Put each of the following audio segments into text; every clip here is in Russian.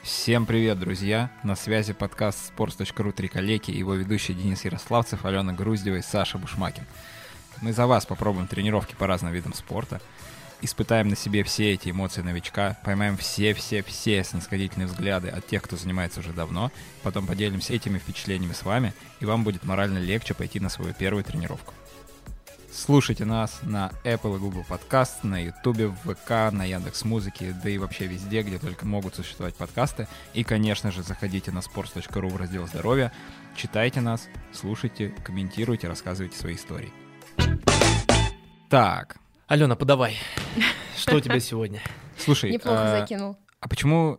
Всем привет, друзья! На связи подкаст sports.ru «Триколлеги» и его ведущие Денис Ярославцев, Алена Груздева и Саша Бушмакин. Мы за вас попробуем тренировки по разным видам спорта, испытаем на себе все эти эмоции новичка, поймаем все снисходительные взгляды от тех, кто занимается уже давно, потом поделимся этими впечатлениями с вами, и вам будет морально легче пойти на свою первую тренировку. Слушайте нас на Apple и Google Podcast, на YouTube, в ВК, на Яндекс.Музыке, да и вообще везде, где только могут существовать подкасты. И, конечно же, заходите на sports.ru в раздел «Здоровье», читайте нас, слушайте, комментируйте, рассказывайте свои истории. Так. Алена, подавай. Что у тебя сегодня? Слушай, неплохо закинул. А почему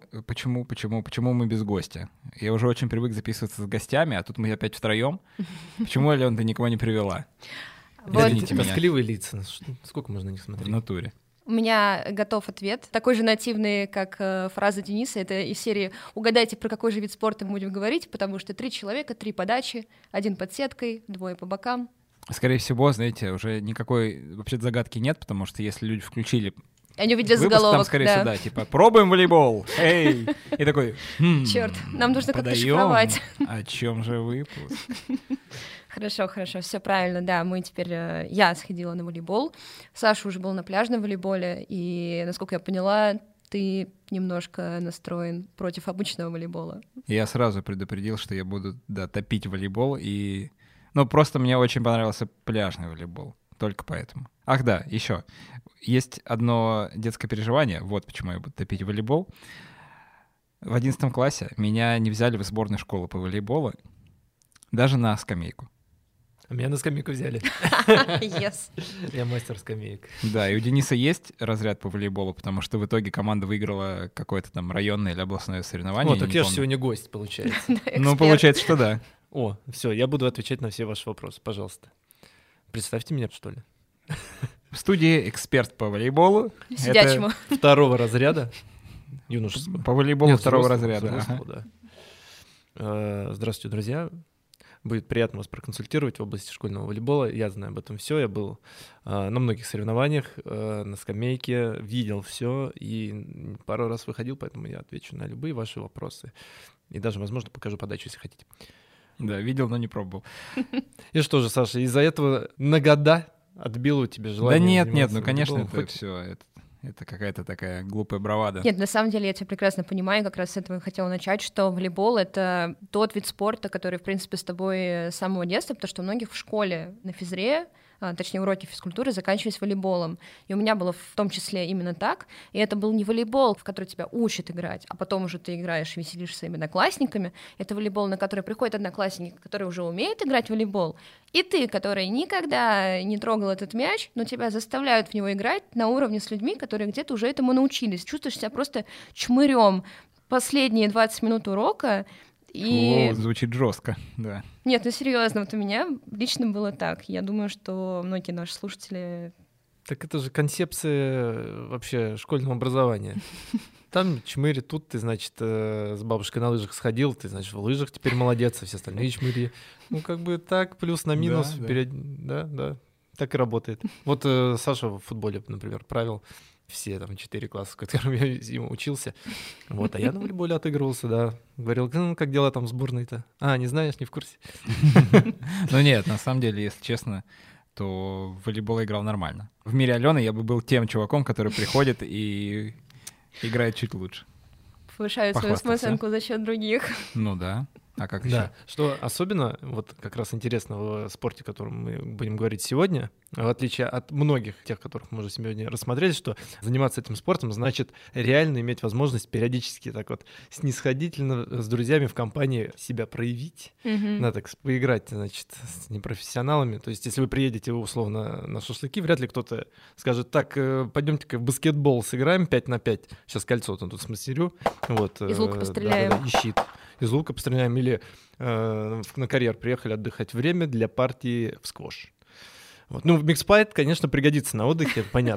мы без гостя? Я уже очень привык записываться с гостями, а тут мы опять втроем. Почему, Алена, ты никого не привела? Вот. Извините меня. Тоскливые лица. Сколько можно их смотреть? В натуре. У меня готов ответ, такой же нативный, как фраза Дениса. Это из серии «Угадайте, про какой же вид спорта мы будем говорить», потому что 3 человека, 3 подачи, 1 под сеткой, 2 по бокам. Скорее всего, знаете, уже никакой вообще загадки нет, потому что если люди включили Они увидели выпуск, заголовок. там, скорее всего, да, типа «Пробуем волейбол! Эй!» И такой Черт, нам нужно как-то подаём. шифровать. О чем же выпуск? Хорошо, все правильно, да, мы теперь, я сходила на волейбол, Саша уже был на пляжном волейболе, и, насколько я поняла, ты немножко настроен против обычного волейбола. Я сразу предупредил, что я буду, топить волейбол, и... Ну, просто мне очень понравился пляжный волейбол, только поэтому. Ах да, еще. Есть одно детское переживание, вот почему я буду топить волейбол. В 11 классе меня не взяли в сборную школы по волейболу, даже на скамейку. А меня на скамейку взяли. Yes. Я мастер скамеек. Да, и у Дениса есть разряд по волейболу, потому что в итоге команда выиграла какое-то там районное или областное соревнование. Вот, так я же сегодня гость, получается. Ну, получается, что да. О, все, я буду отвечать на все ваши вопросы, пожалуйста. Представьте меня, что ли. В студии эксперт по волейболу. Сидячему. Второго разряда. Юношеского. По волейболу Нет, второго взрослого, разряда. взрослого, да. Здравствуйте, друзья. Будет приятно вас проконсультировать в области школьного волейбола. Я знаю об этом все. Я был на многих соревнованиях, на скамейке, видел все и пару раз выходил, поэтому я отвечу на любые ваши вопросы. И даже, возможно, покажу подачу, если хотите. Да, видел, но не пробовал. И что же, Саша, из-за этого на года отбило у тебя желание? Да нет, ну конечно, волейболом? это все. Это какая-то такая глупая бравада. Нет, на самом деле я тебя прекрасно понимаю, как раз с этого и хотела начать, что волейбол — это тот вид спорта, который, в принципе, с тобой с самого детства, потому что у многих в школе на физре, точнее, уроки физкультуры заканчивались волейболом. И у меня было в том числе именно так. И это был не волейбол, в который тебя учат играть, а потом уже ты играешь и веселишься своими одноклассниками. Это волейбол, на который приходят одноклассники, которые уже умеют играть в волейбол. И ты, который никогда не трогал этот мяч, но тебя заставляют в него играть на уровне с людьми, которые где-то уже этому научились. Чувствуешь себя просто чмырем последние 20 минут урока. И... О, звучит жестко, да. Нет, ну серьезно, вот у меня лично было так. Я думаю, что многие наши слушатели... Так это же концепция вообще школьного образования. Там чмыри, тут ты, значит, с бабушкой на лыжах сходил, ты, значит, в лыжах теперь молодец, а все остальные чмыри. Ну, как бы так, плюс на минус. Да, так и работает. Вот Саша в футболе, например, правил все там 4 класса, в котором я ему учился. Вот, а я на волейболе отыгрывался, да. Говорил, ну, как дела там в сборной-то? А, не знаешь, не в курсе? Ну нет, на самом деле, если честно, то в волейбол играл нормально. В мире Алены я бы был тем чуваком, который приходит и играет чуть лучше. Повышают свою самооценку за счет других. Ну да. А как еще? Да, что особенно, вот как раз интересно в спорте, о котором мы будем говорить сегодня, в отличие от многих тех, которых мы уже сегодня рассмотрели, что заниматься этим спортом значит реально иметь возможность периодически так вот снисходительно с друзьями в компании себя проявить, надо так поиграть, значит, с непрофессионалами. То есть если вы приедете условно на шашлыки, вряд ли кто-то скажет, так, пойдемте-ка в баскетбол сыграем 5 на 5, сейчас кольцо тут смастерю. Вот, из лука постреляем. Да, и щит. Из лука постреляем, или на карьер приехали отдыхать, время для партии в сквош. Вот. Ну, микспайт, конечно, пригодится на отдыхе, понятно.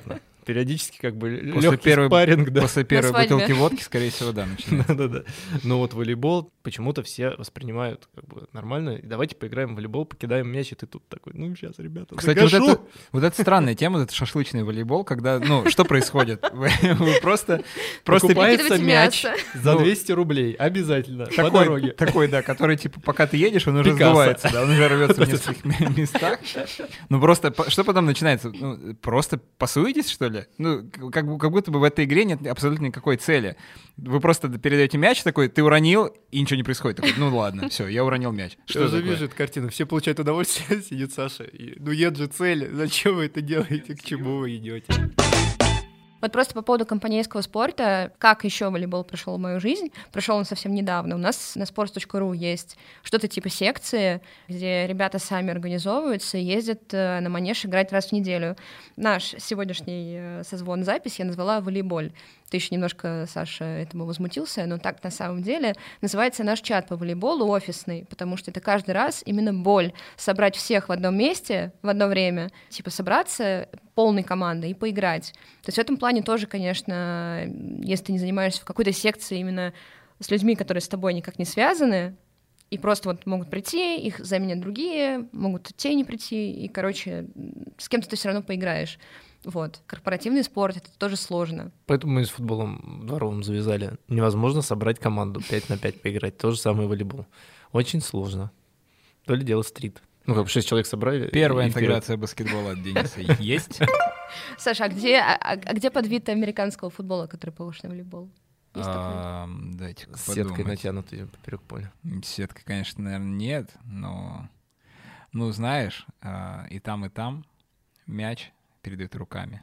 периодически как бы После легкий первой- спарринг, да. После первой свадьбе. бутылки водки, скорее всего, да, начинается. Да-да-да. Но вот волейбол почему-то все воспринимают как бы нормально. И давайте поиграем в волейбол, покидаем мяч, и ты тут такой, ну, сейчас, ребята, Кстати, вот это странная тема, вот это шашлычный волейбол, когда, ну, что происходит? Вы просто Покупается Выкидывайте мяч мясо. за Ну, 200 рублей, обязательно, по такой, дороге. да, который, типа, пока ты едешь, он уже Пикассо. сдувается, да, он уже рвется в нескольких местах. Ну, просто, что потом начинается? Ну, просто пасуетесь, что ли? Ну, как будто бы в этой игре нет абсолютно никакой цели. Вы просто передаете мяч такой, ты уронил, и ничего не происходит. Такой, ну ладно, все, я уронил мяч. Что же такое? вижу эту картину? Все получают удовольствие, сидит Саша. Ну нет же цели, зачем вы это делаете, к чему вы идете? Вот просто по поводу компанейского спорта, как еще волейбол пришел в мою жизнь, пришел он совсем недавно. У нас на sports.ru есть что-то типа секции, где ребята сами организовываются и ездят на манеж играть раз в неделю. Наш сегодняшний созвон, запись я назвала «Волейболь». Ты еще немножко, Саша, этому возмутился, но так на самом деле называется наш чат по волейболу офисный, потому что это каждый раз именно боль собрать всех в одном месте в одно время, типа собраться полной командой и поиграть. То есть в этом плане тоже, конечно, если ты не занимаешься в какой-то секции именно с людьми, которые с тобой никак не связаны, и просто вот могут прийти, их заменят другие, могут те не прийти, и, короче, с кем-то ты все равно поиграешь. Вот. Корпоративный спорт — это тоже сложно. Поэтому мы с футболом дворовым завязали. Невозможно собрать команду 5 на 5 поиграть. То же самое волейбол. Очень сложно. То ли дело стрит. Ну, как бы 6 человек собрали. Первая и вперед. интеграция баскетбола от Дениса есть. Саша, а где подвид американского футбола, который похож на волейбол? Есть такой? Дайте С сеткой подумать. натянутой поперек поля. Сеткой, конечно, наверное, нет, но, ну, знаешь, и там мяч передают руками.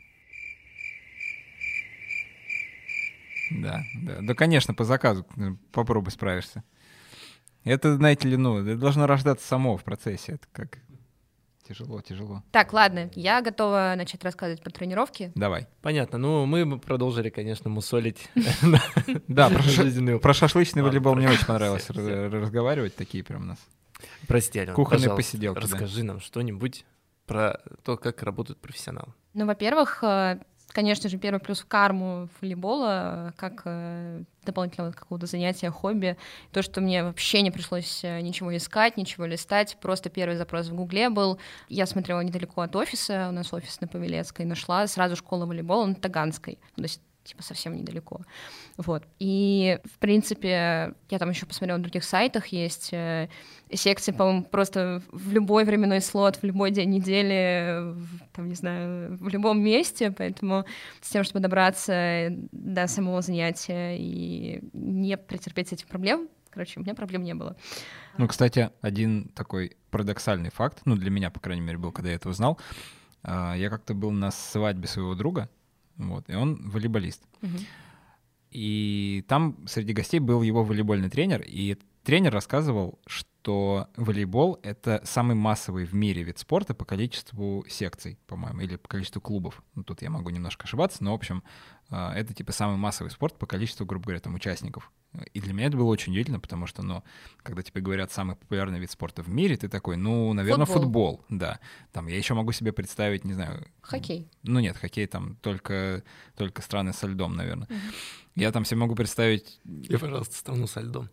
Да. Да, конечно, по заказу. Попробуй справишься. Это, знаете ли, ну, это должно рождаться само в процессе. Это как тяжело. Так, ладно, я готова начать рассказывать про тренировки. Давай. Понятно. Ну, мы продолжили, конечно, мусолить. Да, жизненный опыт. про шашлычный Ладно, волейбол мне про- очень понравилось всё. разговаривать. Такие прям у нас. Прости, Алена, Кухонные пожалуйста, посиделки, да. расскажи нам что-нибудь про то, как работают профессионалы. Ну, во-первых, конечно же, первый плюс в карму волейбола, как дополнительного какого-то занятия, хобби. То, что мне вообще не пришлось ничего искать, ничего листать. Просто первый запрос в Гугле был. Я смотрела недалеко от офиса, у нас офис на Павелецкой, нашла сразу школу волейбола на Таганской. То есть типа совсем недалеко. Вот. И, в принципе, я там еще посмотрела на других сайтах, есть секции, по-моему, просто в любой временной слот, в любой день недели, там, не знаю, в любом месте, поэтому с тем, чтобы добраться до самого занятия и не претерпеть этих проблем, короче, у меня проблем не было. Ну, кстати, один такой парадоксальный факт, ну, для меня, по крайней мере, был, когда я это узнал. Я как-то был на свадьбе своего друга, вот, и он волейболист. И там среди гостей был его волейбольный тренер, и тренер рассказывал, что волейбол — это самый массовый в мире вид спорта по количеству секций, по-моему, или по количеству клубов. Ну, тут я могу немножко ошибаться, но, в общем, это типа самый массовый спорт по количеству, грубо говоря, там, участников. И для меня это было очень удивительно, потому что, ну, когда тебе говорят самый популярный вид спорта в мире, ты такой, ну, наверное, футбол, да. Там я еще могу себе представить, не знаю... Хоккей. Ну нет, хоккей там только страны со льдом, наверное. Я там себе могу представить... И, пожалуйста, страну со льдом.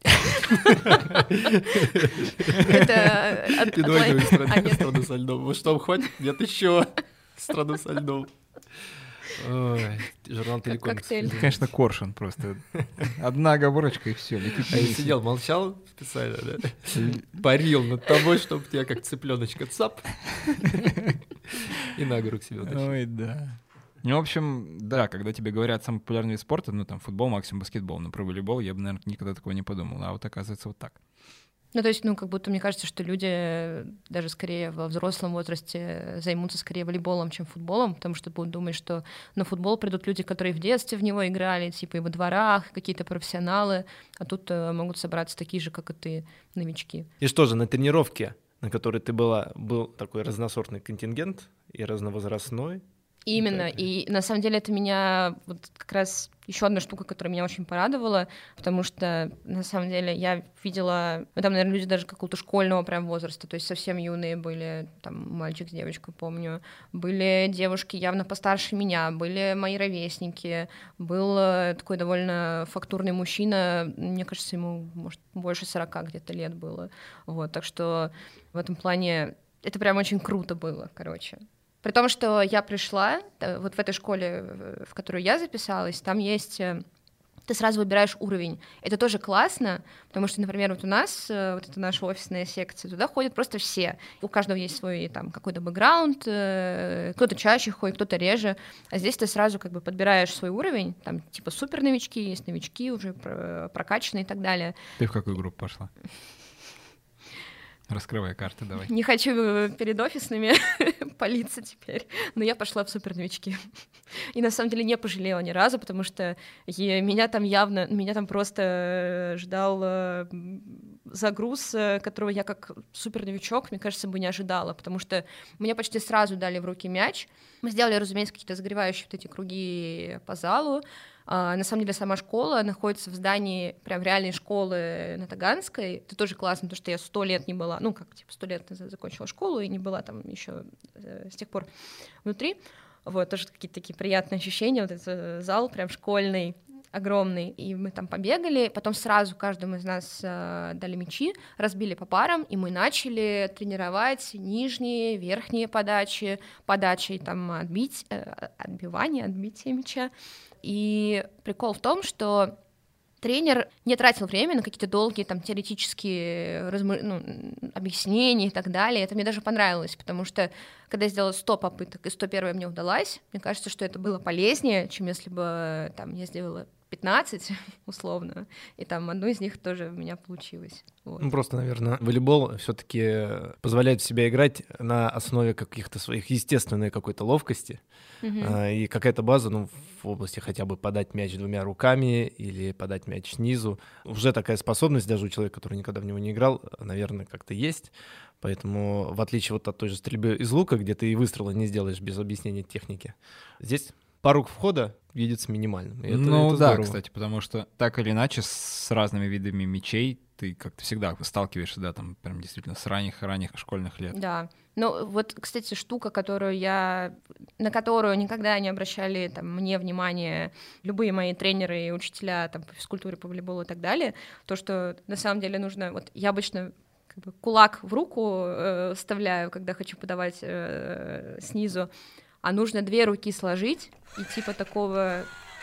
Это Ты давай говори страну со льдом. Вот что, хватит? Нет, еще страну со льдом. Ой, журнал Телеком. коктейль. Это, конечно, коршун просто. Одна оговорочка, и все, летит. А я сидел, молчал специально, да? Парил над тобой, чтобы тебя как цыпленочка цап. И на гору к себе утащил. Ой, да. Ну, в общем, да, когда тебе говорят самый популярный вид спорта, ну, там, футбол, максимум баскетбол, но про волейбол я бы, наверное, никогда такого не подумал. А вот оказывается вот так. Ну, то есть, ну, как будто мне кажется, что люди даже скорее во взрослом возрасте займутся скорее волейболом, чем футболом, потому что будут думать, что на футбол придут люди, которые в детстве в него играли, типа и во дворах, какие-то профессионалы, а тут могут собраться такие же, как и ты, новички. И что же, на тренировке, на которой ты была, был такой разносортный контингент и разновозрастной, Именно, и на самом деле это меня вот как раз еще одна штука, которая меня очень порадовала, потому что на самом деле я видела, там, наверное, люди даже какого-то школьного прям возраста, то есть совсем юные были, там мальчик с девочкой, помню, были девушки явно постарше меня, были мои ровесники, был такой довольно фактурный мужчина, мне кажется, ему, может, больше 40 где-то лет было, вот, так что в этом плане это прям очень круто было, короче. При том, что я пришла, вот в этой школе, в которую я записалась, там есть... Ты сразу выбираешь уровень. Это тоже классно, потому что, например, вот у нас, вот это наша офисная секция, туда ходят просто все. У каждого есть свой там какой-то бэкграунд, кто-то чаще ходит, кто-то реже. А здесь ты сразу как бы подбираешь свой уровень, там типа супер новички, есть новички уже прокачанные и так далее. Ты в какую группу пошла? Раскрывай карты, давай. Не хочу перед офисными палиться теперь, но я пошла в суперновички. И на самом деле не пожалела ни разу, потому что меня там просто ждал загруз, которого я как суперновичок, мне кажется, бы не ожидала, потому что мне почти сразу дали в руки мяч. Мы сделали, разумеется, какие-то загревающие вот эти круги по залу. На самом деле сама школа находится в здании прям реальной школы на Таганской. Это тоже классно, потому что я 100 лет не была, 100 лет назад закончила школу и не была там еще с тех пор внутри. Вот, тоже какие-то такие приятные ощущения. Вот этот зал прям школьный, огромный. И мы там побегали, потом сразу каждому из нас дали мячи, разбили по парам, и мы начали тренировать нижние, верхние подачи и там отбитие мяча. И прикол в том, что тренер не тратил время на какие-то долгие там теоретические объяснения и так далее. Это мне даже понравилось, потому что когда я сделала 100 попыток, и 101-я мне удалась, мне кажется, что это было полезнее, чем если бы там я сделала 15, условно, и там одну из них тоже у меня получилось. Вот. Ну, просто, наверное, волейбол все-таки позволяет в себя играть на основе каких-то своих естественной какой-то ловкости, и какая-то база, в области хотя бы подать мяч 2 руками или подать мяч снизу. Уже такая способность даже у человека, который никогда в него не играл, наверное, как-то есть. Поэтому, в отличие вот от той же стрельбы из лука, где ты и выстрела не сделаешь без объяснения техники, здесь порог входа видится минимальным. И это да, здорово. Кстати, потому что так или иначе с разными видами мячей ты как-то всегда сталкиваешься, да, там прям действительно с ранних школьных лет. Да. Ну вот, кстати, штука, на которую никогда не обращали там, мне внимания любые мои тренеры и учителя там, по физкультуре, по волейболу и так далее, то, что на самом деле нужно... Вот я обычно как бы кулак в руку вставляю, когда хочу подавать снизу, а нужно 2 руки сложить и типа такого...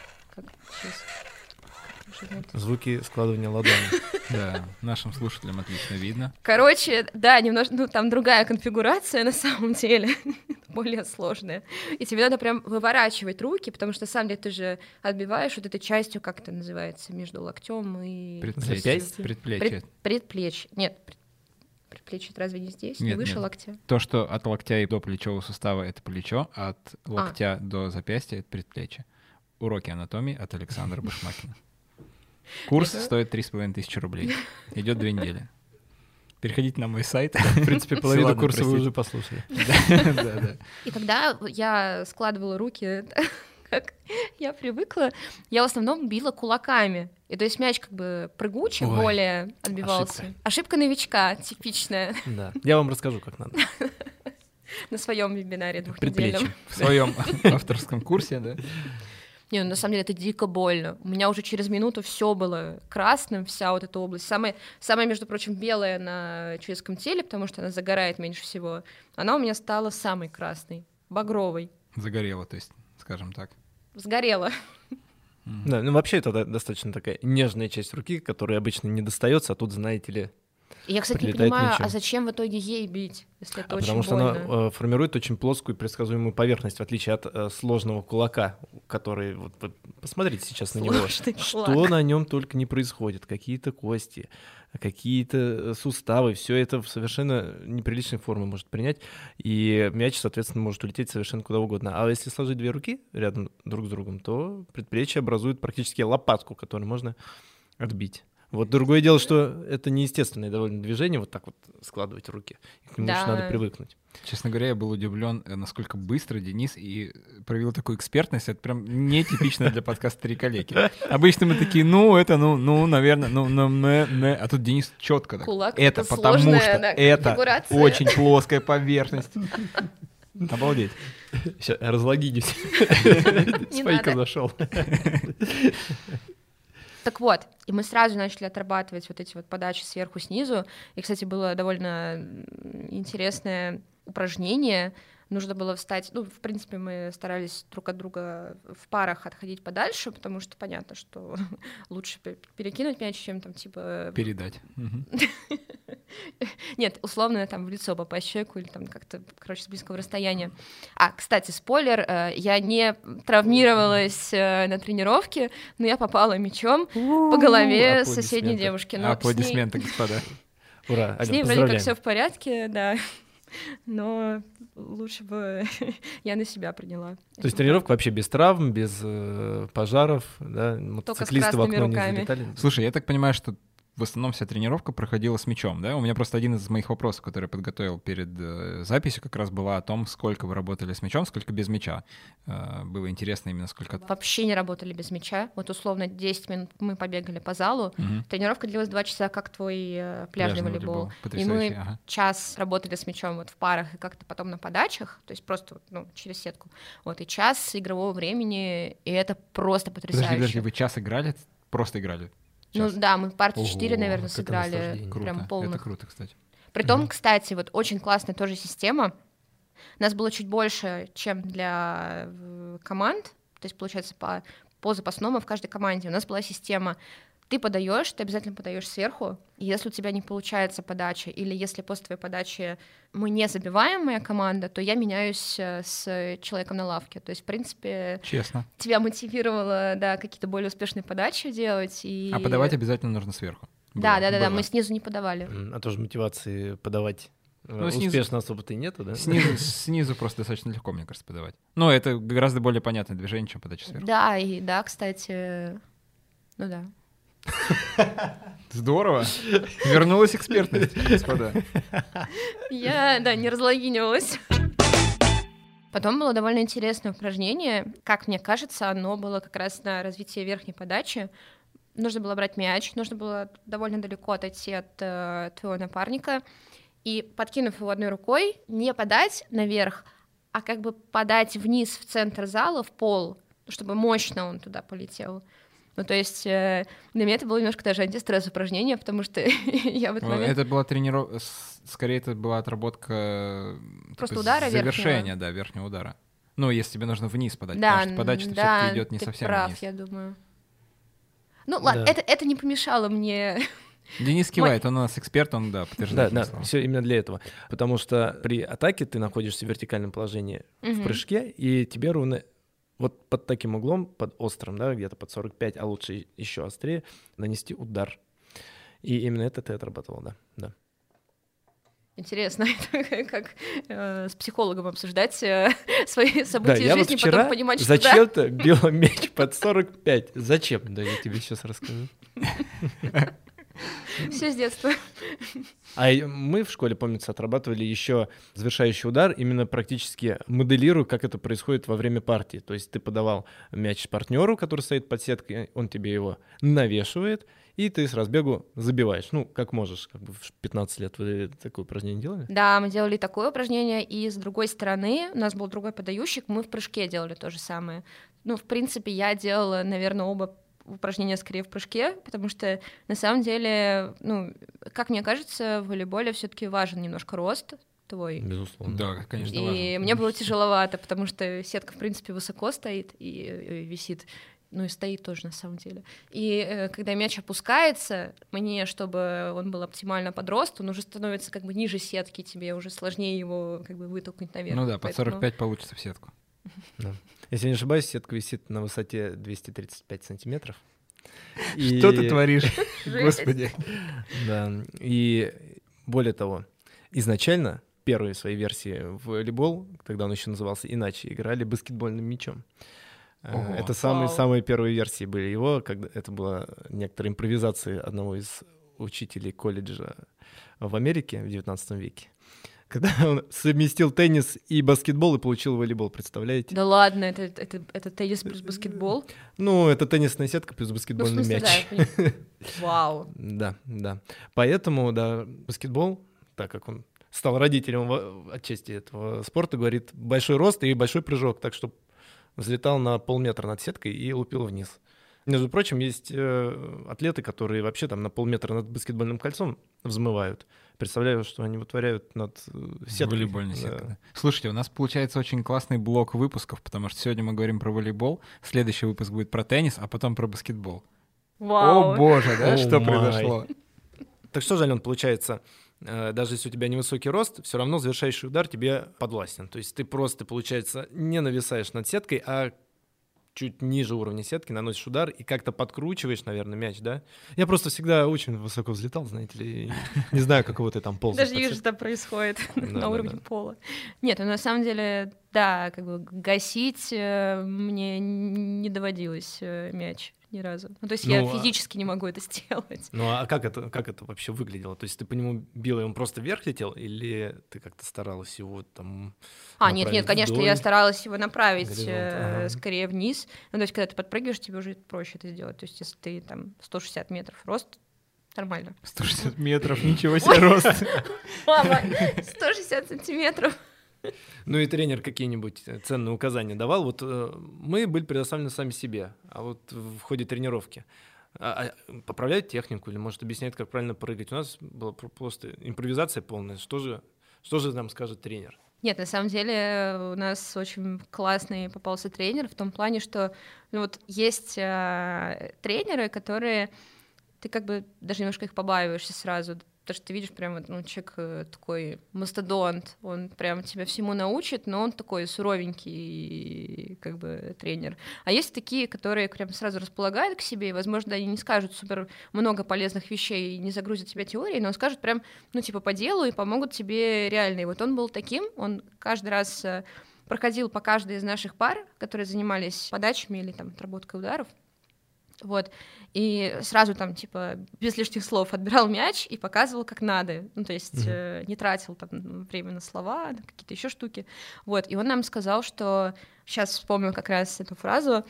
Звуки складывания ладони. Да, нашим слушателям отлично видно. Короче, да, немножко, там другая конфигурация на самом деле, более сложная. И тебе надо прям выворачивать руки, потому что, на самом деле, ты же отбиваешь вот этой частью, как это называется, между локтем и... Предплечье. Предплечье. Нет, предплечье это разве не здесь? Нет, не выше нет. локтя? То, что от локтя и до плечевого сустава — это плечо, а от локтя до запястья — это предплечье. Уроки анатомии от Александра Башмакина. Курс стоит 3500 рублей. Идет 2 недели. Переходите на мой сайт. В принципе, половину курса вы уже послушали. Да. И когда я складывала руки, как я привыкла, я в основном била кулаками. И то есть мяч как бы прыгучий, более отбивался. Ошибка новичка, типичная. Да. Я вам расскажу, как надо. На своем вебинаре 2-недельном. В своем авторском курсе, да? Не, на самом деле это дико больно. У меня уже через минуту все было красным, вся вот эта область. Самая, между прочим, белая на человеческом теле, потому что она загорает меньше всего. Она у меня стала самой красной, багровой. Загорела, то есть, скажем так. Сгорела. Да, вообще это достаточно такая нежная часть руки, которая обычно не достается, а тут, знаете ли, Я, кстати, не понимаю, а зачем в итоге ей бить, если это очень больно? Потому что она формирует очень плоскую и предсказуемую поверхность, в отличие от сложного кулака, который... Вот, посмотрите сейчас на него. Что на нем только не происходит. Какие-то кости, какие-то суставы. Все это в совершенно неприличной форме может принять. И мяч, соответственно, может улететь совершенно куда угодно. А если сложить 2 руки рядом друг с другом, то предплечье образует практически лопатку, которую можно отбить. Вот другое дело, что это неестественное довольно движение, вот так вот складывать руки. К нему еще надо привыкнуть. Честно говоря, я был удивлен, насколько быстро Денис и проявил такую экспертность. Это прям нетипично для подкаста «Три коллеги». Обычно мы такие, наверное, а тут Денис четко так. Кулак — это потому что это очень плоская поверхность. Обалдеть. Сейчас разлогинюсь. Спайка зашел. Так вот, и мы сразу начали отрабатывать вот эти вот подачи сверху, снизу. И, кстати, было довольно интересное упражнение. Нужно было встать, в принципе, мы старались друг от друга в парах отходить подальше, потому что понятно, что лучше перекинуть мяч, чем там типа... Передать. Нет, условно там в лицо попасть человеку или там как-то, короче, с близкого расстояния. Кстати, спойлер, я не травмировалась на тренировке, но я попала мячом по голове соседней девушки. Аплодисменты, господа. Ура, с ней вроде как все в порядке, да. Но лучше бы я на себя приняла. То есть тренировка вообще без травм, без пожаров, да? Только с красными руками. Слушай, я так понимаю, что в основном вся тренировка проходила с мячом, да? У меня просто один из моих вопросов, который я подготовил перед записью, как раз была о том, сколько вы работали с мячом, сколько без мяча. Было интересно именно сколько... Вообще не работали без мяча. Вот условно 10 минут мы побегали по залу. Тренировка длилась 2 часа, как твой пляжный волейбол. И мы час работали с мячом вот в парах и как-то потом на подачах, то есть просто через сетку. Вот, и час игрового времени, и это просто потрясающе. Подожди, вы час играли? Просто играли? Сейчас. Да, мы партии 4, наверное, сыграли. Прям полных. Это круто, кстати. Притом, кстати, вот очень классная тоже система. Нас было чуть больше, чем для команд. То есть, получается, по запасному в каждой команде у нас была система: ты подаешь, ты обязательно подаешь сверху. И если у тебя не получается подача, или если после твоей подачи мы не забиваем, моя команда, то я меняюсь с человеком на лавке. То есть, в принципе, честно, тебя мотивировало, да, какие-то более успешные подачи делать. А подавать обязательно нужно сверху. Да, мы снизу не подавали. А тоже мотивации подавать успешно особо-то и нету, да? Снизу просто достаточно легко, мне кажется, подавать. Но это гораздо более понятное движение, чем подача сверху. Да, кстати, да. Здорово. Вернулась экспертность, господа. Я, не разлогинивалась. Потом было довольно интересное упражнение. Как мне кажется, оно было как раз на развитие верхней подачи. Нужно было брать мяч, нужно было довольно далеко отойти от твоего напарника и, подкинув его одной рукой, не подать наверх, а как бы подать вниз в центр зала, в пол, чтобы мощно он туда полетел. То есть для меня это было немножко даже антистресс упражнение, потому что я в этот момент... Это была тренировка, скорее это была отработка... Просто удара завершения, верхнего удара. Если тебе нужно вниз подать, потому что подача все-таки идет не совсем прав, вниз. Я думаю. Ладно, это не помешало мне... Денис кивает, он у нас эксперт, он, подтверждает. Да, все именно для этого. Потому что при атаке ты находишься в вертикальном положении в прыжке, и тебе ровно вот под таким углом, под острым, да, где-то под 45, а лучше еще острее, нанести удар. И именно это ты отрабатывал, да. Интересно, как с психологом обсуждать свои события я жизни, вот вчера потом понимать, что зачем-то бил мяч под 45. Зачем? Да, я тебе сейчас расскажу. Все с детства. А мы в школе, помнится, отрабатывали еще завершающий удар, именно практически моделируя, как это происходит во время партии. То есть ты подавал мяч партнеру, который стоит под сеткой, он тебе его навешивает, и ты с разбегу забиваешь. Как можешь. Как бы в 15 лет вы такое упражнение делали? Да, мы делали такое упражнение, и с другой стороны у нас был другой подающий, мы в прыжке делали то же самое. В принципе, я делала, наверное, оба упражнения скорее в прыжке, потому что на самом деле, как мне кажется, в волейболе все-таки важен немножко рост твой. Безусловно. Да, конечно, и важен. Мне было тяжеловато, потому что сетка, в принципе, высоко стоит и висит. И стоит тоже, на самом деле. И когда мяч опускается, мне, чтобы он был оптимально под рост, он уже становится как бы ниже сетки, тебе уже сложнее его как бы вытолкнуть наверх. Под 45 получится в сетку. Да. Если не ошибаюсь, сетка висит на высоте 235 сантиметров. Что ты творишь? Господи. Да, и более того, изначально первые свои версии в волейбол, тогда он еще назывался иначе, играли баскетбольным мячом. Ого. Это самые первые версии были его, когда это была некоторая импровизация одного из учителей колледжа в Америке в 19 веке. Когда он совместил теннис и баскетбол и получил волейбол, представляете? Да ладно, это теннис плюс баскетбол? Ну, это теннисная сетка плюс баскетбольный мяч. Да, я понимаю. Вау. Да. Поэтому, да, баскетбол, так как он стал родителем отчасти этого спорта, говорит, большой рост и большой прыжок, так что взлетал на полметра над сеткой и лупил вниз. Между прочим, есть атлеты, которые вообще там на полметра над баскетбольным кольцом взмывают. Представляю, что они вытворяют над сеткой. Волейбольной сеткой. Да. Слушайте, у нас получается очень классный блок выпусков, потому что сегодня мы говорим про волейбол, следующий выпуск будет про теннис, а потом про баскетбол. Вау. О боже, да, что май. произошло? Так что же, Ален, получается, даже если у тебя невысокий рост, все равно завершающий удар тебе подвластен. То есть ты просто, получается, не нависаешь над сеткой, а чуть ниже уровня сетки наносишь удар и как-то подкручиваешь, наверное, мяч, да? Я просто всегда очень высоко взлетал, знаете ли, не знаю, какого ты там ползаешь. Даже вижу, что там происходит на уровне пола. Нет, ну на самом деле, да, как бы гасить мне не доводилось мяч ни разу. Ну, то есть я физически не могу это сделать. Ну, а как это вообще выглядело? То есть ты по нему била, и он просто вверх летел, или ты как-то старалась его там нет, конечно, вдоль? Я старалась его направить Горизонт, скорее вниз. Ну, то есть когда ты подпрыгиваешь, тебе уже проще это сделать. То есть если ты там 160 метров рост, нормально. 160 метров, ничего себе рост. Мама, 160 сантиметров. Ну и тренер какие-нибудь ценные указания давал. Вот мы были предоставлены сами себе, а вот в ходе тренировки поправляют технику или, может, объясняют, как правильно прыгать. У нас была просто импровизация полная. Что же нам скажет тренер? Нет, на самом деле у нас очень классный попался тренер в том плане, что вот есть тренеры, которые ты как бы даже немножко их побаиваешься сразу, потому что ты видишь прям, человек такой мастодонт, он прям тебя всему научит, но он такой суровенький как бы тренер. А есть такие, которые прям сразу располагают к себе, и, возможно, они не скажут супер много полезных вещей и не загрузят тебя теорией, но скажут прям, по делу и помогут тебе реально. И вот он был таким, он каждый раз проходил по каждой из наших пар, которые занимались подачами или там отработкой ударов, вот, и сразу там, без лишних слов отбирал мяч и показывал, как надо, то есть не тратил там время на слова, на какие-то еще штуки, вот, и он нам сказал, что, сейчас вспомнил как раз эту фразу,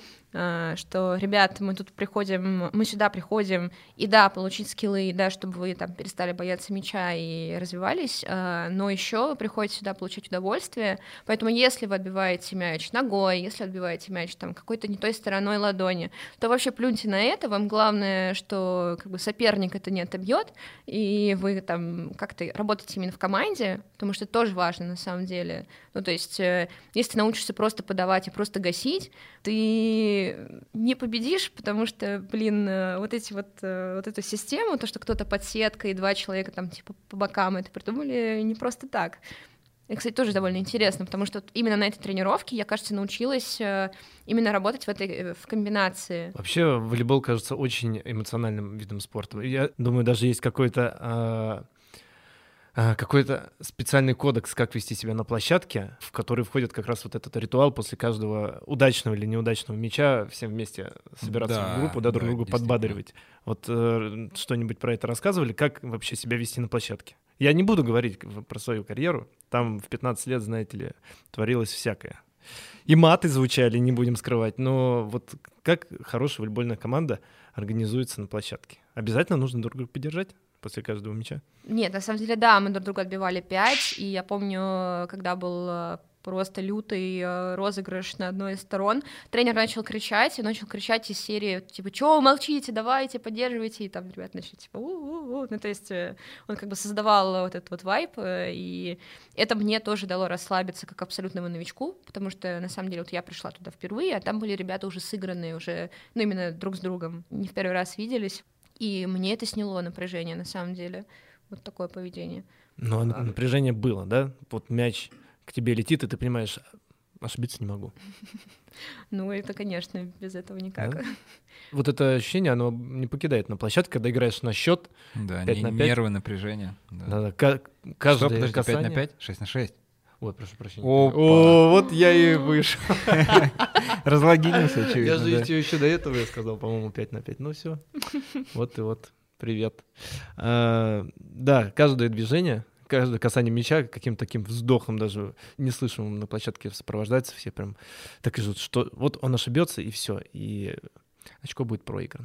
что, ребят, мы сюда приходим, и да, получить скиллы, и да, чтобы вы там перестали бояться мяча и развивались, но еще вы приходите сюда получать удовольствие, поэтому если вы отбиваете мяч ногой, если отбиваете мяч там какой-то не той стороной ладони, то вообще плюньте на это, вам главное, что как бы соперник это не отобьет, и вы там как-то работаете именно в команде, потому что это тоже важно на самом деле, то есть если ты научишься просто подавать и просто гасить, ты не победишь, потому что, вот эту систему, то, что кто-то под сеткой и два человека там по бокам, это придумали не просто так. И, кстати, тоже довольно интересно, потому что именно на этой тренировке я, кажется, научилась именно работать в комбинации. Вообще волейбол кажется очень эмоциональным видом спорта. Я думаю, даже есть какой-то специальный кодекс, как вести себя на площадке, в который входит как раз вот этот ритуал после каждого удачного или неудачного мяча всем вместе собираться в группу, друг другу подбадривать. Вот что-нибудь про это рассказывали? Как вообще себя вести на площадке? Я не буду говорить про свою карьеру. Там в 15 лет, знаете ли, творилось всякое. И маты звучали, не будем скрывать. Но вот как хорошая волейбольная команда организуется на площадке? Обязательно нужно друг друга поддержать после каждого мяча? Нет, на самом деле, да, мы друг друга отбивали 5, и я помню, когда был просто лютый розыгрыш на одной из сторон, тренер начал кричать из серии, чё вы молчите, давайте, поддерживайте, и там ребята начали, у-у-у, то есть он как бы создавал вот этот вот вайб, и это мне тоже дало расслабиться как абсолютному новичку, потому что, на самом деле, вот я пришла туда впервые, а там были ребята уже сыгранные, уже, именно друг с другом, не в первый раз виделись, и мне это сняло напряжение, на самом деле, вот такое поведение. Но напряжение было, да? Вот мяч к тебе летит, и ты понимаешь, ошибиться не могу. Это, конечно, без этого никак. Да? Вот это ощущение, оно не покидает на площадке, когда играешь на счет 5 на 5. Нервы, напряжение. Да. Каждое подожди, касание... 5 на 5? 6 на 6? Ой, прошу прощения. Опа. О, вот я и вышел. Разлогинился, очевидно. Я же да. еще до этого я сказал, по-моему, 5/5. Ну все, вот и вот. Привет. Да, каждое движение, каждое касание мяча каким-то таким вздохом даже неслышимым на площадке сопровождается, все прям так и ждут, что вот он ошибется, и все, и очко будет проиграно.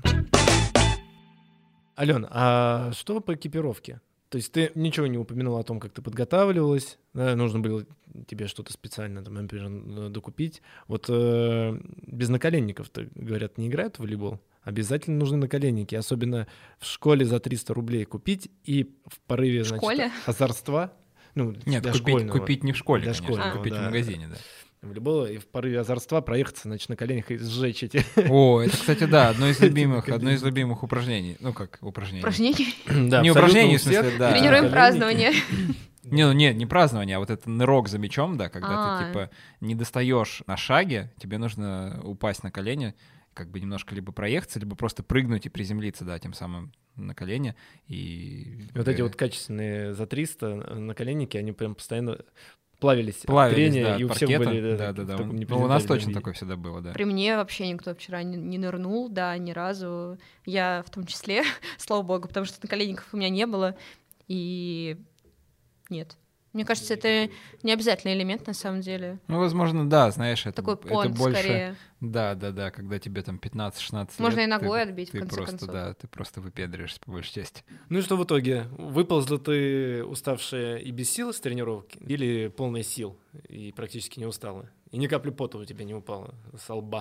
Ален, а что по экипировке? То есть ты ничего не упомянула о том, как ты подготавливалась, да, нужно было тебе что-то специально, там, например, докупить. Вот без наколенников-то, говорят, не играют в волейбол? Обязательно нужны наколенники, особенно в школе за 300 рублей купить и в порыве, В школе? озорства. Ну, Нет, для купить школьного. не в школе, Для конечно, школьного, купить да. в магазине, да. Волейбола, и в порыве озорства проехаться, значит, на коленях и сжечь эти... О, это, кстати, да, одно из любимых упражнений. Ну, как упражнений. Упражнений. Да, Не абсолютно упражнений, у в смысле, всех. да. Тренируем Наколенники. празднование. Не празднование, а вот это нырок за мячом, да, когда А. ты, типа, не достаешь на шаге, тебе нужно упасть на колени, как бы немножко либо проехаться, либо просто прыгнуть и приземлиться, да, тем самым на колени. И Вот эти вот качественные за 300 наколенники, они прям постоянно плавились от трения, да, и у от всех паркета. были Да. в таком Ну, у нас непрезентабельном точно виде. такое всегда было, да. При мне вообще никто вчера не нырнул, да, ни разу. Я в том числе, слава богу, потому что наколенников у меня не было. И нет. Мне кажется, это не обязательный элемент на самом деле. Ну, возможно, да, знаешь, это Такой понт это больше... скорее. Да, когда тебе там 15-16 лет. Можно и ногой отбить, в ты конце просто, концов. да, ты просто выпендриваешься по большей части. Ну и что в итоге? Выползла ты уставшая и без сил с тренировки? Или полная сил и практически не устала? И ни капли пота у тебя не упало со лба?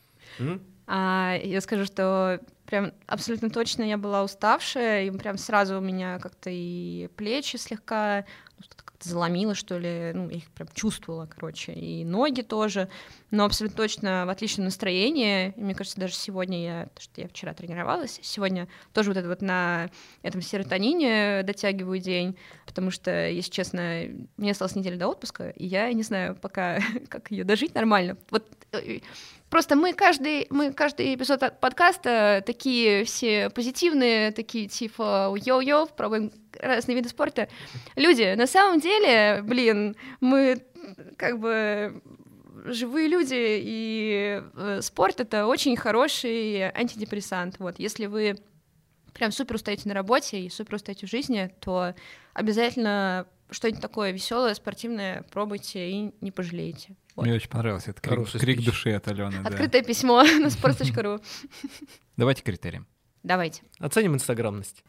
Я скажу, что прям абсолютно точно я была уставшая, и прям сразу у меня как-то и плечи слегка что-то как-то заломило, что ли, ну, я их прям чувствовала, короче, и ноги тоже, но абсолютно точно в отличном настроении, и мне кажется, даже сегодня потому что я вчера тренировалась, сегодня тоже вот это вот на этом серотонине дотягиваю день, потому что, если честно, мне осталась неделя до отпуска, и я не знаю пока, как ее дожить нормально. Вот просто мы каждый эпизод подкаста такие все позитивные, такие типа йоу-йоу, пробуем разные виды спорта. Люди, на самом деле, мы как бы живые люди, и спорт — это очень хороший антидепрессант. Вот, если вы прям супер устаете на работе и супер устаете в жизни, то обязательно что-нибудь такое веселое, спортивное пробуйте и не пожалеете. Вот. Мне очень понравилось. Это крик души от Алены. Открытое письмо на sports.ru. Давайте критериям. Давайте. Оценим инстаграмность.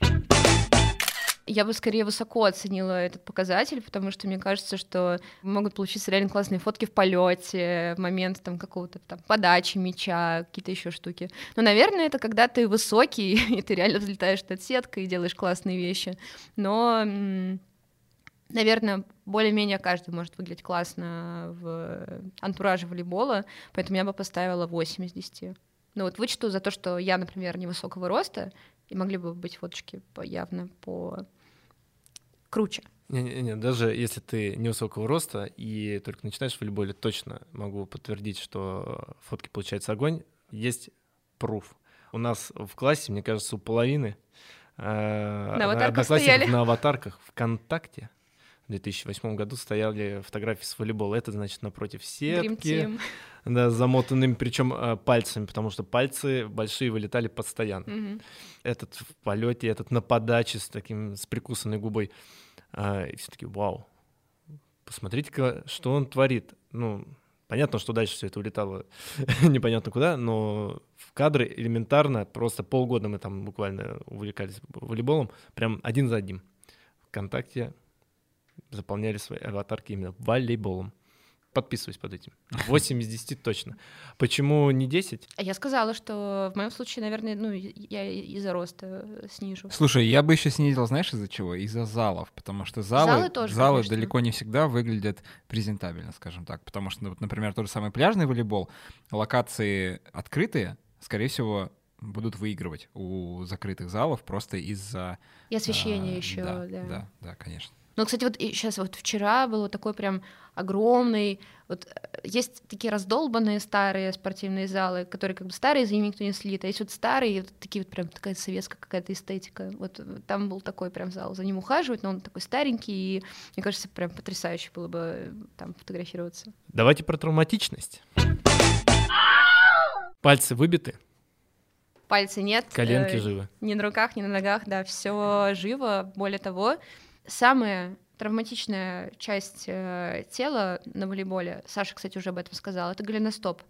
Я бы скорее высоко оценила этот показатель, потому что мне кажется, что могут получиться реально классные фотки в полете, в момент там какого-то там подачи мяча, какие-то еще штуки. Но, наверное, это когда ты высокий, и ты реально взлетаешь над сеткой и делаешь классные вещи. Но, наверное, более-менее каждый может выглядеть классно в антураже волейбола, поэтому я бы поставила 8 из 10. Ну вот вычту за то, что я, например, невысокого роста, и могли бы быть фоточки явно круче. Не, даже если ты невысокого роста и только начинаешь в волейболе, точно могу подтвердить, что фотки получается огонь. Есть пруф. У нас в классе, мне кажется, у половины одноклассников на аватарках ВКонтакте в 2008 году стояли фотографии с волейбола. Это значит напротив сетки, да, замотанными, причем пальцами, потому что пальцы большие вылетали постоянно. Mm-hmm. Этот в полете, этот на подаче с прикусанной губой. И все таки вау, посмотрите-ка, что он творит. Ну, понятно, что дальше все это улетало непонятно куда, но в кадры элементарно, просто полгода мы там буквально увлекались волейболом, прям один за одним. ВКонтакте заполняли свои аватарки именно волейболом. Подписываюсь под этим. 8 из 10 точно. Почему не 10? Я сказала, что в моем случае, наверное, я из-за роста снижу. Слушай, я бы еще снизил, знаешь, из-за чего? Из-за залов, потому что залы далеко не всегда выглядят презентабельно, скажем так. Потому что, вот, например, тот же самый пляжный волейбол, локации открытые, скорее всего, будут выигрывать у закрытых залов просто из-за... И освещение еще, да, конечно. Ну, кстати, вот сейчас вот вчера был вот такой прям огромный, вот есть такие раздолбанные старые спортивные залы, которые как бы старые, за ними никто не следит, а есть вот старые, вот такие вот прям такая советская какая-то эстетика. Вот там был такой прям зал, за ним ухаживать, но он такой старенький, и мне кажется, прям потрясающе было бы там фотографироваться. Давайте про травматичность. Пальцы выбиты, Пальцы нет. коленки живы. Ни на руках, ни на ногах, да, все живо. Более того, самая травматичная часть тела на волейболе, Саша, кстати, уже об этом сказала, это голеностоп.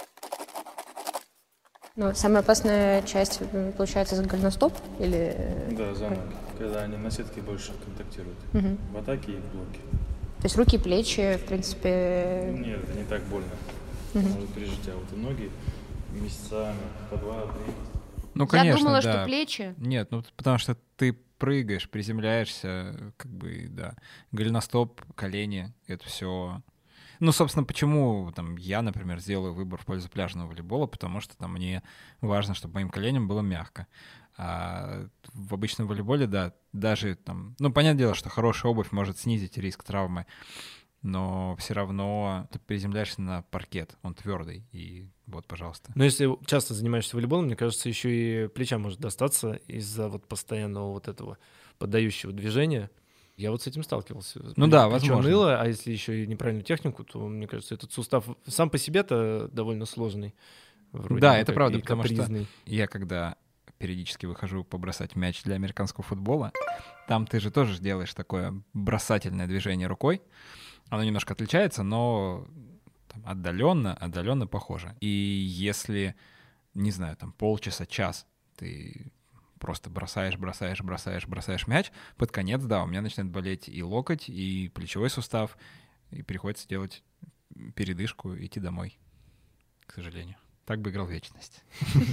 Ну, самая опасная часть, получается, за голеностоп? Или... Да, за ноги, когда они на сетке больше контактируют. В атаке и в блоке. То есть руки, плечи, в принципе... Нет, это не так больно. Может пережить, а вот и ноги месяцами, по 2-3. Ну, конечно, Я думала, да. что плечи... Нет, ну потому что ты прыгаешь, приземляешься, как бы, да. Голеностоп, колени, это все. Ну, собственно, почему там я, например, сделаю выбор в пользу пляжного волейбола, потому что там мне важно, чтобы моим коленям было мягко. А в обычном волейболе, да, даже там... Ну, понятное дело, что хорошая обувь может снизить риск травмы, но все равно ты приземляешься на паркет, он твердый, и вот, пожалуйста. Но если часто занимаешься волейболом, мне кажется, еще и плеча может достаться из-за вот постоянного вот этого поддающего движения. Я вот с этим сталкивался. Ну да, Плечо возможно. ныло, а если еще и неправильную технику, то, мне кажется, этот сустав сам по себе-то довольно сложный. Вроде Да, бы это как правда, и потому что капризный. я когда периодически выхожу побросать мяч для американского футбола, там ты же тоже делаешь такое бросательное движение рукой. Оно немножко отличается, но отдаленно похоже. И если, не знаю, там полчаса, час ты просто бросаешь мяч, под конец, да, у меня начинает болеть и локоть, и плечевой сустав, и приходится делать передышку, идти домой, к сожалению. Так бы играл вечность.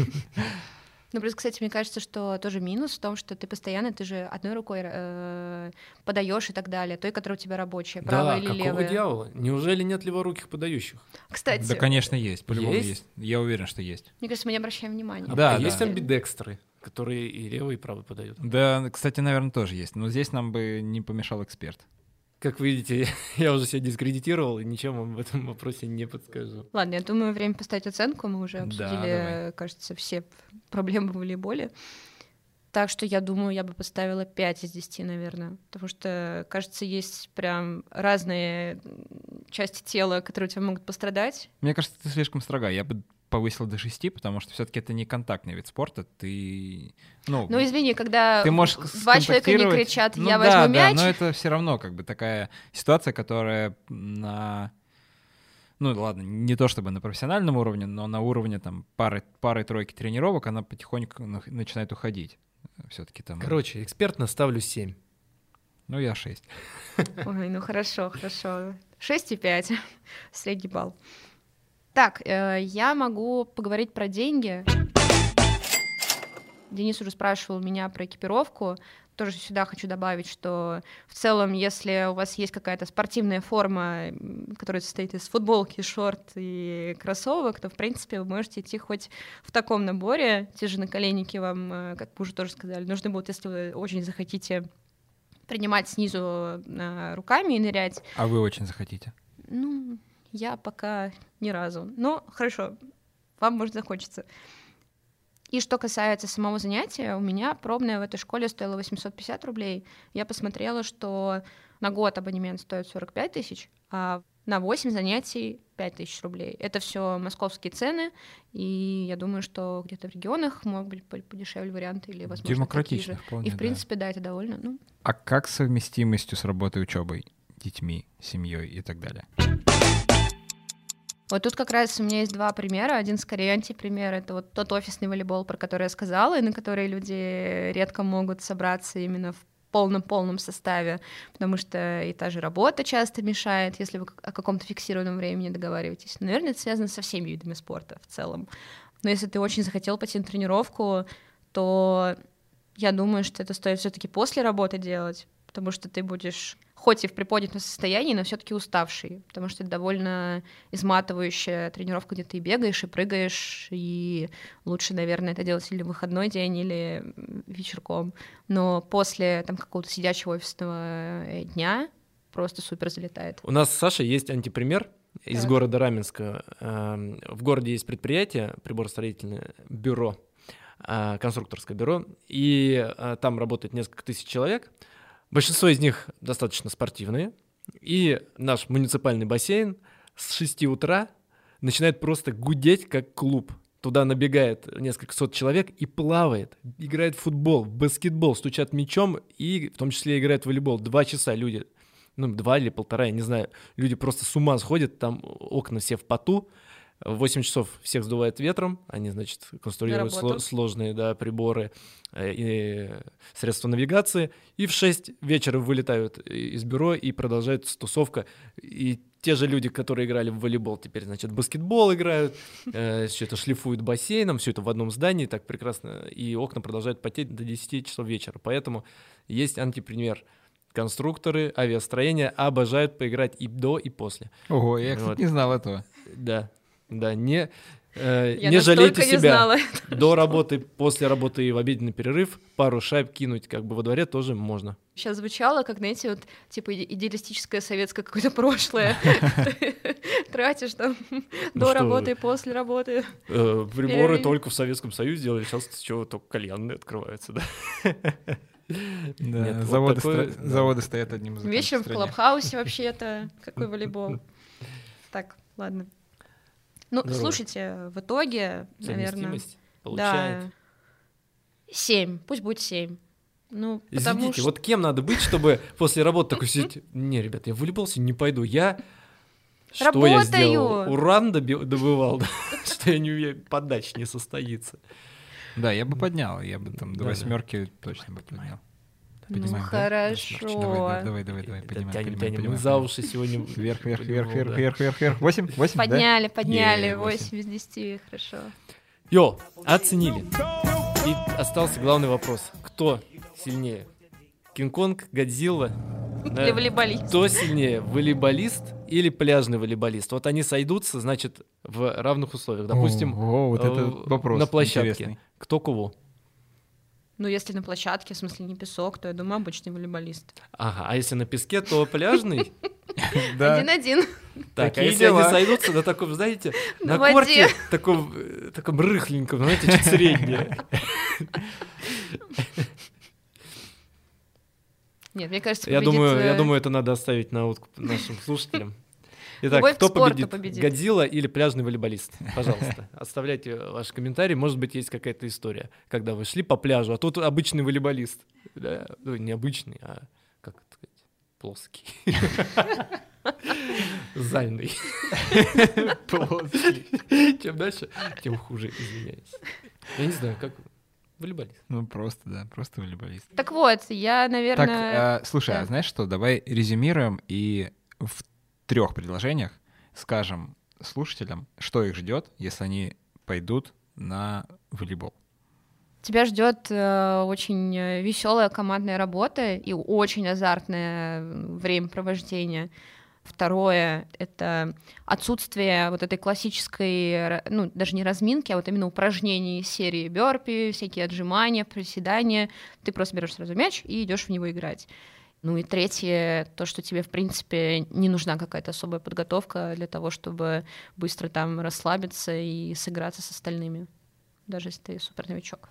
Ну, плюс, кстати, мне кажется, что тоже минус в том, что ты постоянно, ты же одной рукой подаешь и так далее, той, которая у тебя рабочая, правая Да, или какого левая. дьявола? Неужели нет леворуких подающих? Кстати, Да, конечно, есть, по-любому Есть? есть. Я уверен, что есть. мне кажется, мы не обращаем внимания. Да, А есть да. амбидекстры, которые и левый, и правый подают. Да, кстати, наверное, тоже есть. Но здесь нам бы не помешал эксперт. Как вы видите, я уже себя дискредитировал, и ничем вам в этом вопросе не подскажу. Ладно, я думаю, время поставить оценку. Мы уже Да, обсудили, давай. кажется, все проблемы в волейболе. Так что я думаю, я бы поставила 5 из 10, наверное. Потому что, кажется, есть прям разные части тела, которые у тебя могут пострадать. Мне кажется, ты слишком строга. Я бы повысил до 6, потому что все-таки это не контактный вид спорта. Ты, Ну, извини, когда ты можешь два человека не сконтактировать. кричат Ну «я да, возьму мяч», но это все равно как бы такая ситуация, которая на... Ну ладно, не то чтобы на профессиональном уровне, но на уровне там пары-тройки тренировок она потихоньку начинает уходить. Все-таки там... Короче, экспертно ставлю 7. Ну, я 6. Ой, ну хорошо. 6,5. Средний балл. Так, я могу поговорить про деньги. Денис уже спрашивал меня про экипировку. Тоже сюда хочу добавить, что в целом, если у вас есть какая-то спортивная форма, которая состоит из футболки, шорт и кроссовок, то, в принципе, вы можете идти хоть в таком наборе. Те же наколенники вам, как вы уже тоже сказали, нужны будут, если вы очень захотите принимать снизу руками и нырять. А вы очень захотите? Ну, я пока ни разу. Но хорошо, вам может захочется. И что касается самого занятия, у меня пробная в этой школе стоила 850 рублей. Я посмотрела, что на год абонемент стоит 45 тысяч, а на 8 занятий 5 тысяч рублей. Это все московские цены, и я думаю, что где-то в регионах могут быть подешевле варианты или, возможно, Демократично, такие же. вполне, И, в да. принципе, да, это довольно, ну... А как с совместимостью с работой, учебой, детьми, семьей и так далее? Вот тут как раз у меня есть два примера. Один скорее антипример. Это вот тот офисный волейбол, про который я сказала, и на который люди редко могут собраться именно в полном составе, потому что и та же работа часто мешает, если вы о каком-то фиксированном времени договариваетесь. Наверное, это связано со всеми видами спорта в целом. Но если ты очень захотел пойти на тренировку, то я думаю, что это стоит все-таки после работы делать, потому что ты будешь хоть и в приподнятом состоянии, но все-таки уставший, потому что это довольно изматывающая тренировка, где ты и бегаешь, и прыгаешь, и лучше, наверное, это делать или в выходной день, или вечерком. Но после там какого-то сидячего офисного дня просто супер залетает. У нас с Сашей есть антипример из города Раменска. В городе есть предприятие, приборостроительное бюро, конструкторское бюро, и там работает несколько тысяч человек. Большинство из них достаточно спортивные, и наш муниципальный бассейн с 6 утра начинает просто гудеть, как клуб. Туда набегает несколько сот человек и плавает, играет в футбол, в баскетбол, стучат мячом и в том числе играет в волейбол. 2 часа люди, 2 или 1,5, я не знаю, люди просто с ума сходят, там окна все в поту. В 8 часов всех сдувает ветром, они, значит, конструируют сложные приборы и средства навигации, и в 6 вечера вылетают из бюро и продолжается тусовка. И те же люди, которые играли в волейбол, теперь, значит, баскетбол играют, все это шлифуют бассейном, все это в одном здании, так прекрасно, и окна продолжают потеть до 10 часов вечера. Поэтому есть антипример. Конструкторы авиастроения обожают поиграть и до, и после. Ого, я, кстати, не знал этого. Да, не жалейте себя. До работы, после работы и в обеденный перерыв пару шайб кинуть как бы во дворе тоже можно. Сейчас звучало, как, знаете, вот типа идеалистическое советское какое-то прошлое. Тратишь там до работы, после работы. Приборы только в Советском Союзе делали, сейчас чего только кальянные открываются, да? Да, заводы стоят одним из. Вечером в клабхаусе вообще-то. Какой волейбол. Так, ладно. Ну, слушайте, в итоге, наверное... получает. Да, 7, пусть будет 7. Ну, извините, вот кем надо быть, чтобы после работы такой сидеть? Не, ребят, я в волейбол сегодня не пойду, я... Что я сделал? Уран добывал, что я не умею, подача не состоится. Да, я бы поднял, я бы там до 8 точно бы поднял. Ну, хорошо. Давай, поднимаем. Мы за уши сегодня. Вверх. 8? Подняли. 8 из 10, хорошо. Йо, оценили. И остался главный вопрос. Кто сильнее? Кинг-Конг, Годзилла? Или волейболист? Кто сильнее, волейболист или пляжный волейболист? Вот они сойдутся, значит, в равных условиях. Допустим, вот это вопрос на площадке. Интересный. Кто кого? Ну, если на площадке, в смысле не песок, то, я думаю, обычный волейболист. Ага, а если на песке, то пляжный? 1-1. Так, а если они сойдутся на таком, знаете, на корте, таком рыхленьком, знаете, чуть среднее. Нет, мне кажется, я думаю, это надо оставить на откуп нашим слушателям. Итак, кто победит? Годзилла или пляжный волейболист? Пожалуйста, оставляйте ваши комментарии. Может быть, есть какая-то история, когда вы шли по пляжу, а тут обычный волейболист. Да, ну, не обычный, а, как это сказать, плоский. Зальный. Плоский. Чем дальше, тем хуже, извиняюсь. Я не знаю, как... Волейболист. Ну, просто волейболист. Так вот, я, наверное... Так, слушай, а знаешь что, давай резюмируем и в 3 предложениях скажем слушателям, что их ждет, если они пойдут на волейбол. Тебя ждет очень веселая командная работа и очень азартное времяпровождение. Второе — это отсутствие вот этой классической, ну, даже не разминки, а вот именно упражнений серии бёрпи, всякие отжимания, приседания. Ты просто берешь сразу мяч и идешь в него играть. Ну и третье — то, что тебе, в принципе, не нужна какая-то особая подготовка для того, чтобы быстро там расслабиться и сыграться с остальными, даже если ты суперновичок.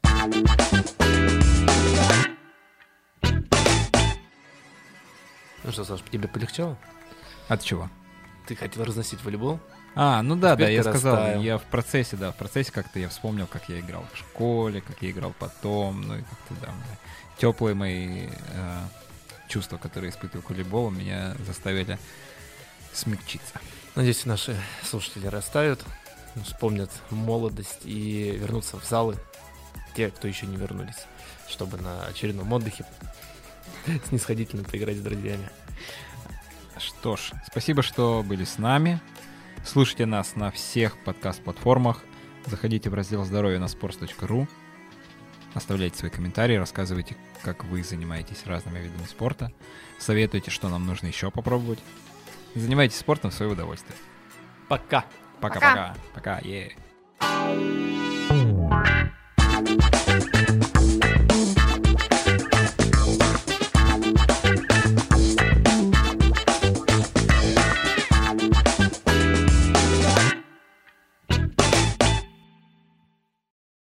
Ну что, Саш, тебе полегчало? От чего? Ты хотел разносить волейбол? Ну да, теперь я сказал, растаял. я в процессе как-то я вспомнил, как я играл в школе, как я играл потом, ну и как-то, теплые мои чувства, которые испытывал к волейболу, меня заставили смягчиться. Надеюсь, наши слушатели растают, вспомнят молодость и вернутся в залы, те, кто еще не вернулись, чтобы на очередном отдыхе снисходительно поиграть с друзьями. Что ж, спасибо, что были с нами. Слушайте нас на всех подкаст-платформах. Заходите в раздел «Здоровье» на sports.ru. Оставляйте свои комментарии, рассказывайте, как вы занимаетесь разными видами спорта. Советуйте, что нам нужно еще попробовать. Занимайтесь спортом в свое удовольствие. Пока. Пока-пока. Пока.